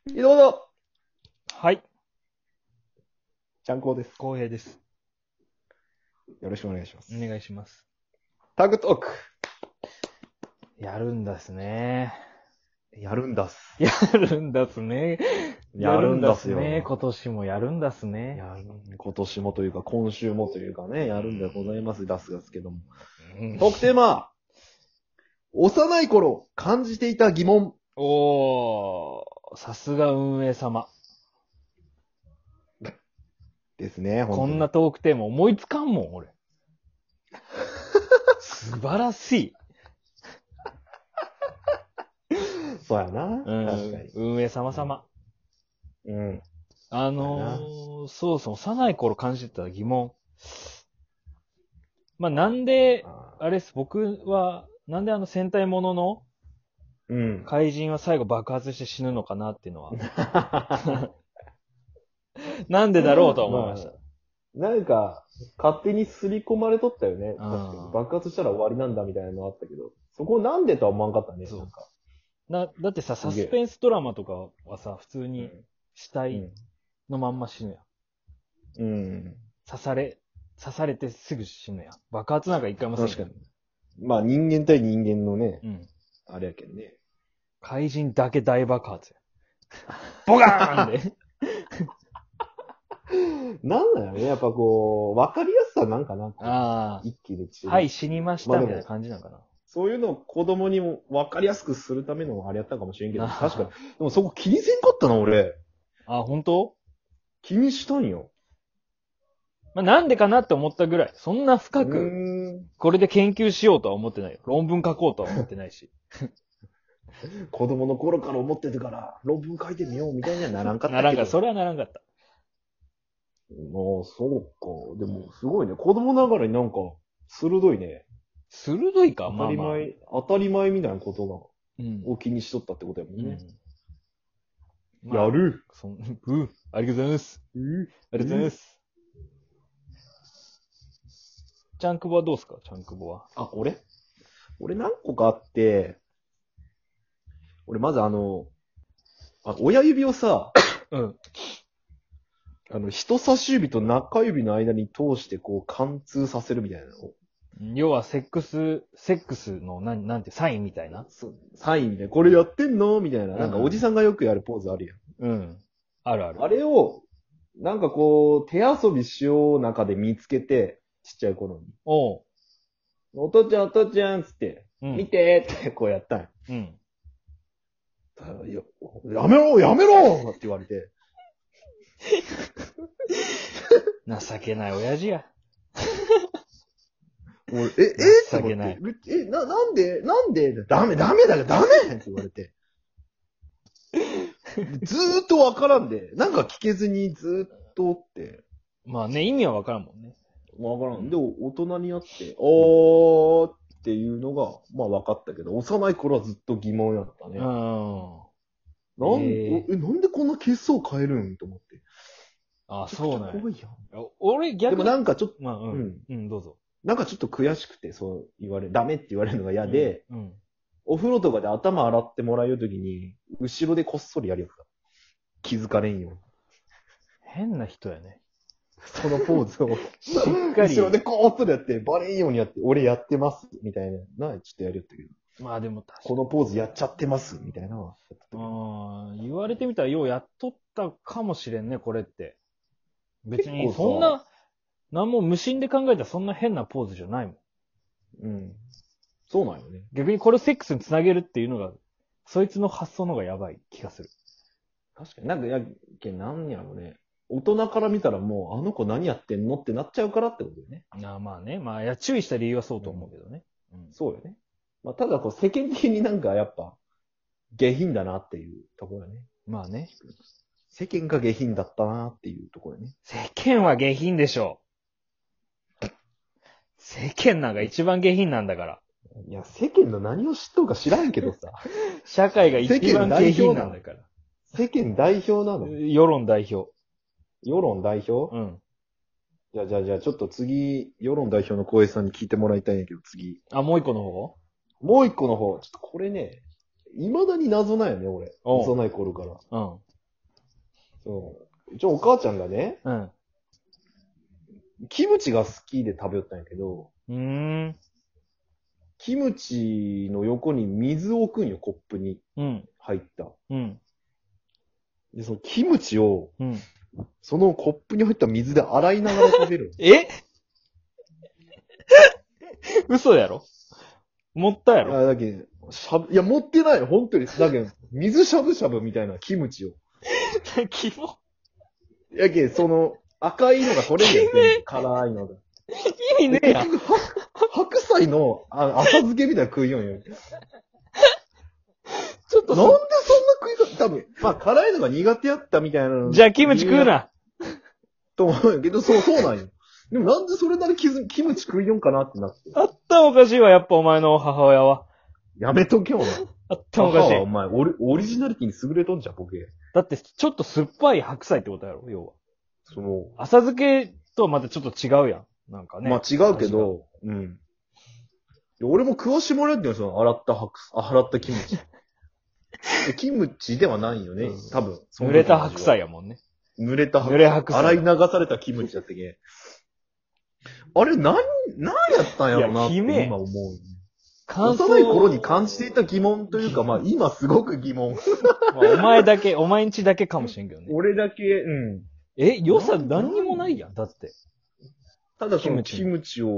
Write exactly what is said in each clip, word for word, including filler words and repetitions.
どうぞ。 はい。 ちゃんこです。 浩平です。 よろしくお願いします。 お願いします。 タグトーク。 やるんだっすね。 やるんだっす。 やるんだっすね。 やるんだっすよ。 ね。今年もやるんだっすね。 やる今年もというか、今週もというかね、やるんでございます、出すですけども。 うんトークテーマ。幼い頃、感じていた疑問。 おー、さすが運営様。 ですね、本当にこんなトークテーマ思いつかんもん、俺。素晴らしい。 そうやな。 うん、 確かに。 運営様様。 うん。 あのー、そうそう、幼い頃感じてた疑問。まあ、なんで、 ああれです、僕は、なんであの戦隊もののうん。 怪人は最後爆発して死ぬのかなっていうのは。なんでだろうとは思いました。 まあなんか、勝手に刷り込まれとったよね。 あー確かに。爆発したら終わりなんだみたいなのあったけど、そこなんでとは思わんかったね。 そうなんか。 な、だってさ、サすげえスペンスドラマとかはさ、普通にうん死体のまんま死ぬやん。 うん。 刺され、刺されてすぐ死ぬやん。爆発なんか一回もせんやん。 確かに。まあ人間対人間のね、 うん。 あれやけんね。 怪人だけ大爆発や。ボガーンで。 なんだよね。やっぱこう、わかりやすさなんかな。 あ一気にあ。はい、死にましたまあでもみたいな感じなんかな。 そういうのを子供にもわかりやすくするためのあれやったかもしれんけど、 あー確かに。でもそこ気にせんかったな、俺。 あ、本当？ 気にしたんよ。 まあ、なんでかなって思ったぐらい。そんな深うく、 ーん。 これで研究しようとは思ってないよ。論文書こうとは思ってないし。 子供の頃から思っててから、論文書いてみようみたいにはならんかったけど。 ならんかった。それはならんかった。 もう、そうか。でも、すごいね。子供ながらになんか、鋭いね。 鋭いか、ま当たりあまあ。 前、当たり前みたいなことうん。 が、を気にしとったってことやもんね。 うん。まあやる。 そん、うん。ありがとうございます。 うん。 ありがとうございます。チャンクボはどうすかチャンクボは。 あ、俺俺何個かあって、俺まずあの、あ親指をさ、 うん。 あの、人差し指と中指の間に通してこう貫通させるみたいなのを。 要は、セックス、セックスの、なん、なんて、サインみたいな。 そうサインみたいな。これやってんのみたいな。なんかうんおじさんがよくやるポーズあるやん。 うん。あるある。 あれを、なんかこう、手遊びしよう中で見つけて、ちっちゃい頃に。 おう。 お父ちゃんお父ちゃんつって、 うん。 見てってこうやったんよ。 うん。 いや、やめろやめろって言われて。 情けない親父や。 俺、え、え情けないって思ってえ、な、なんでなんでダメ、ダメだよ、ダメって言われて。ずーっとわからんで、なんか聞けずにずーっとおって、 まあね、意味はわからんもんね。 わからん。で、大人になって、おーっていうのが、まあ分かったけど、幼い頃はずっと疑問やったね。 うん。 なん、 ええ、なんでこんな血相変えるんと思って。 あ、そうなんや。 怖いやん。 俺、逆に。 でもなんかちょっと、 まあ、ううんん。 うん、どうぞ。 なんかちょっと悔しくて、そう言われ、ダメって言われるのが嫌で、 うん。うん。 お風呂とかで頭洗ってもらうときに、後ろでこっそりやるやつだ。気づかれんように。 変な人やね。 そのポーズを、 しっかり。 後ろでこーっとやって、バレんようにやって、俺やってます、みたいな、な、ちょっとやるやったけど。 まあでも確かこのポーズやっちゃってます、みたいなのはやったけど。 に。うん。言われてみたらようやっとったかもしれんね、これって。別に、 結構さそんな、なんも無心で考えたらそんな変なポーズじゃないもん。 うん。そうなんよね。 逆にこれをセックスにつなげるっていうのが、そいつの発想の方がやばい気がする。 確かに。なんか、やけん、なんやろうね。大人から見たらもう、あの子何やってんのってなっちゃうからってことよね。 ああまあね。まあ、いや、注意した理由はそうと思うけどね。うん。 そうよね。まあ、ただこう、世間的になんかやっぱ、下品だなっていうところよね。 まあね。 世間が下品だったなっていうところよね。 世間は下品でしょう。世間なんか一番下品なんだから。 いや、世間の何を知っとるか知らんけどさ。 社会が一番下品なんだから。 世間代表なの。 世論代表。 世論代表、 うん。 じゃあじゃあじゃあちょっと次、世論代表の小江さんに聞いてもらいたいんやけど、次。 あ、もう一個の方もう一個の方、ちょっとこれね、未だに謎なんよね、俺。 おう幼い頃から。 うん。 そう。一応お母ちゃんがね、 うん。 キムチが好きで食べよったんやけど、 うーん。 キムチの横に水を置くんよ、コップにうん。 入った。 うん。 で、そのキムチを、 うん。 そのコップに入った水で洗いながら食べる。 え嘘やろ持ったやろいや、だけど、しゃぶ、いや、持ってないよ、本当に。だけど、水しゃぶしゃぶみたいなキムチを。 キモ。 やけ、その、赤いのが取れるやん、全部辛いのが。 意味ねえやん。 結局は白菜のあ浅漬けみたいな食いよんよ。 ちょっとなんでそんな食い方、多分、まあ辛いのが苦手やったみたいなの。 じゃあキムチ食うな。 と思うんやけど、そう、そうなんよ。でもなんでそれなりキズキムチ食いよんかなってなって。 あったおかしいわ、やっぱお前の母親は。 やめとけよな。 あったおかしい母はお。前オリ、オリジナリティに優れとんじゃん、ボケ。 だって、ちょっと酸っぱい白菜ってことやろ、要は。 その、 浅漬けとはまたちょっと違うやん。なんかね。 まあ違うけど、うん。で俺も食わしてもらえってよ、その洗った白、あ、洗ったキムチ。でキムチではないよね、 うん多分。 濡れた白菜やもんね。 濡れた白菜。 濡れ白菜洗い流されたキムチだったけ。あれ、なん、なんやったんやろなっていや悲鳴今思う。 乾燥幼い頃に感じていた疑問というか、まあ今すごく疑問。 まあお前だけ、お前んちだけかもしれんけどね。 俺だけ、うん。 え、良さ何にもないやん、だって。 ただそのキキムチを、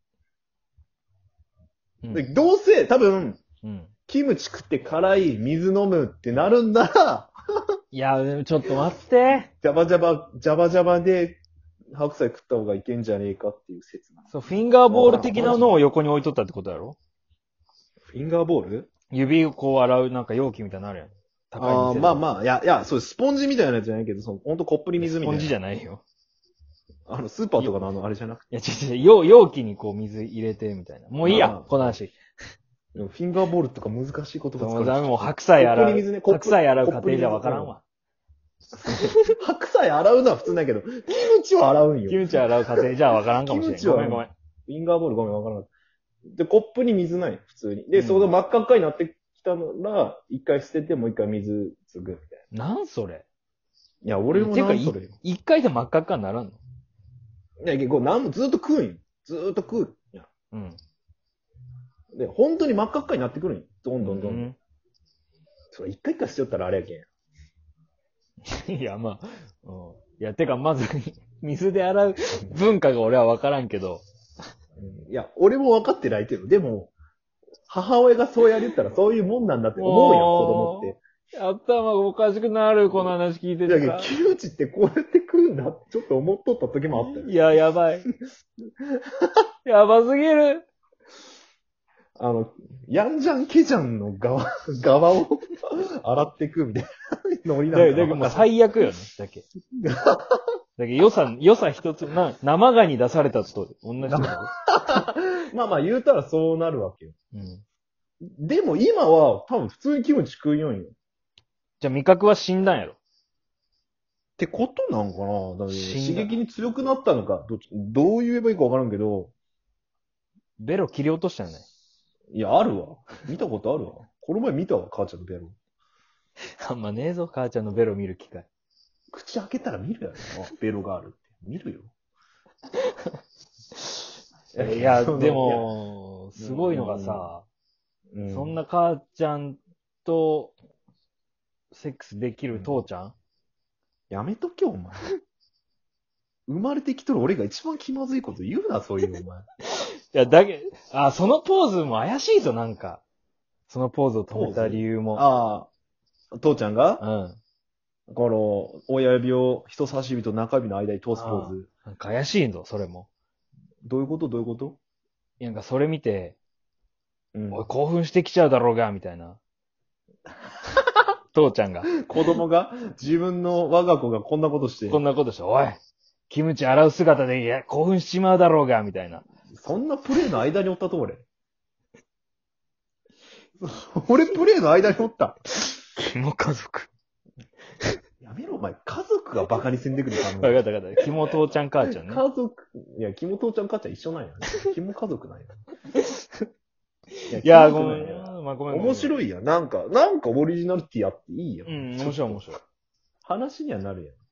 うんでどうせ多分、 うん。 キムチ食って辛い水飲むってなるんなら、 いや、でもちょっと待って。 ジャバジャバ、ジャバジャバで白菜食った方がいけんじゃねえかっていう説なの。 そう、フィンガーボール的なのを横に置いとったってことやろフィンガーボール指をこう洗うなんか容器みたいなのあるやん。高いああ、 店でまあまあ、いや、いや、そう、スポンジみたいなやつじゃないけど、その、ほんとコップに水みたいな。 スポンジじゃないよ。 あの、スーパーとかのあの、あれじゃなくて。 いや、違う違う、容容器にこう水入れてみたいな。もういいやああ、 この話。 でもフィンガーボールとか難しい言葉使もうダメ、もう白菜洗う。 コップに水ね、コップ白菜洗う過程じゃわからんわ。 白菜洗うのは普通だけど、キムチは洗うんよ。 キムチ洗う過程じゃわからんかもしれん。 キムチはごめんごめん。 フィンガーボールごめんわからなかった。で、コップに水ない、普通に。で、 うんその真っ赤っかになってきたのら、一回捨ててもう一回水継ぐみたいなんそれな。いや、俺もてか、 なんそれよ。 い一回で真っ赤っかにならんのいや、結構、なんもずっと食うんよ。ずーっと食う。いや。 うん。 で、本当に真っ赤っかになってくるんよ。どんどんどんどん。 うんそれ一回一回捨てよったらあれやけん。 いや、まあ、うん。いや、てか、まず、水で洗う文化が俺はわからんけど。 いや、俺も分かってないけど、でも、母親がそうやりったらそういうもんなんだって思うやん、子供って。 頭がおかしくなる、この話聞いてだけど、 てさ。 キムチってこうやって食うんだってちょっと思っとった時もあったよ。 いや、やばい。やばすぎる。 あの、ヤンジャンケジャンの側、側を洗っていくみたいなノリなだけんだど、もう最悪よね、だけ。だけど、良さ、良さ一つ、な、生ガニ出されたと同じだよ。 まあまあ言うたらそうなるわけよ。 うん。 でも今は多分普通にキムチ食うよんよ。っじゃあ味覚は死んだんやろ。 てことなんかなだから死んだ刺激に強くなったのか、どっちどう言えばいいかわからんけど、 ベロ切り落としたんじゃないいや、あるわ。見たことあるわ。この前見たわ、母ちゃんのベロ。 あんまねえぞ、母ちゃんのベロ見る機会。 口開けたら見るやろ。あベロがあるって。見るよ。 いや、 そのでも、すごいのがさ、 うんそんな母ちゃんと、セックスできる父ちゃん、 やめとけよ、お前。生まれてきとる俺が一番気まずいこと言うな、そういうお前。 いや、だけ、あ、そのポーズも怪しいぞ、なんか。そのポーズを止めた理由も。 ああ、父ちゃんがうん。 この、親指を人差し指と中指の間に通すポーズ。 なんか怪しいぞ、それも。 どういうことどういうことなんかそれ見て、 うんおい、興奮してきちゃうだろうが、みたいな。父ちゃんが。 子供が、自分の我が子がこんなことしてこ、んなことして、おい、キムチ洗う姿で、いや、興奮しちまうだろうが、みたいな。 そんなプレイの間におったと俺。俺プレイの間におった。 キモ家族。 やめろ、お前。家族がバカにせんでくる頼むわかったわかった。キモ父ちゃん母ちゃんね。 家族、いや、キモ父ちゃん母ちゃん一緒なんや。キモ家族なんや。 いや、ごめん。 キモくないやまあ、ごめん。 面い。 白いやん。なんか、なんかオリジナリティあっていいやん。 うん、面白い面白い。 話にはなるやん。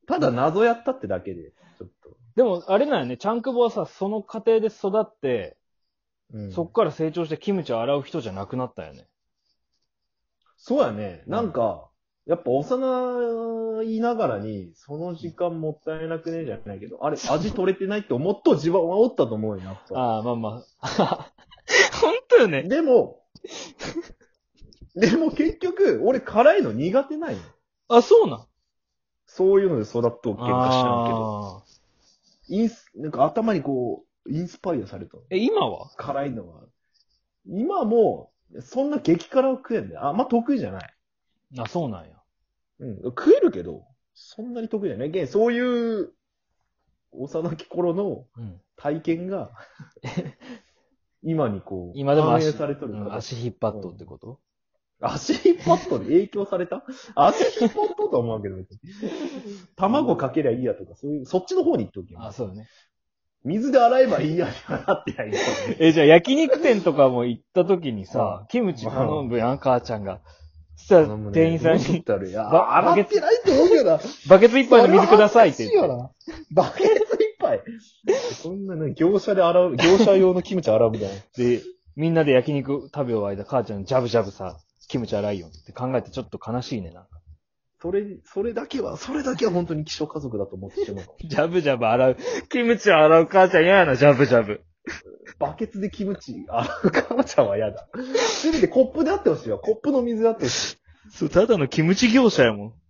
ただ謎やったってだけで、ちょっと。 でも、あれなんよね、ちゃんくぼはさ、その過程で育って、 うん、 そっから成長してキムチを洗う人じゃなくなったよね。 そうやね。なんか、やっぱ幼いながらに、その時間もったいなくねじゃないけど、あれ、味取れてないって思っと自分はおったと思うよ、やっぱ。 ああ、まあまあ。本当よね。 でも、でも結局、俺辛いの苦手ないの。 あ、そうなん。 そういうので育っとっけんか知らんけど。 ああ。 インス、なんか頭にこう、インスパイアされたの。 え、今は辛いのは。今も、そんな激辛を食えんだよ。あんま得意じゃない。 あ、そうなんや。 うん。食えるけど、そんなに得意じゃない。けんそういう、幼き頃のうん。 体験が、今にこう、 今でも足、 反映されとるから。 うん足引っ張っとってこと、 足引っ張っとる影響された足引っ張っとるとは思うけど、別に。卵かけりゃいいやとか、そういう、そっちの方に行っとけよ。 あ、そうだね。 水で洗えばいいやにはなってないよ。 え、じゃあ焼肉店とかも行った時にさ、キムチ頼むやん、母ちゃんが。そしたら、店員さんに、 いや、 ば洗ってないと思うけどな。 バケツ一杯の水くださいって言って。 それはバケツ一杯。そんなね、業者で洗う、業者用のキムチ洗うみたいな。 で、みんなで焼肉食べ終わる間、母ちゃんジャブジャブさ、キムチ洗いよって考えてちょっと悲しいね、なんか。 それ、それだけは、それだけは本当に希少家族だと思ってしまう。 ジャブジャブ洗う。キムチ洗う母ちゃん嫌やな、ジャブジャブ。 バケツでキムチ洗う母ちゃんは嫌だ。せめてコップであってほしいわ。コップの水であってほしい。 そう、ただのキムチ業者やもん。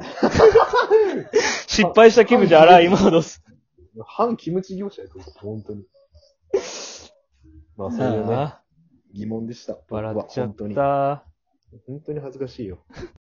失敗したキムチ洗い戻す。 反キムチ業者やと思う。本当に。まあ、そういうね、 ああ疑問でした。僕は笑っちゃっ本当に。 た。 本当に恥ずかしいよ。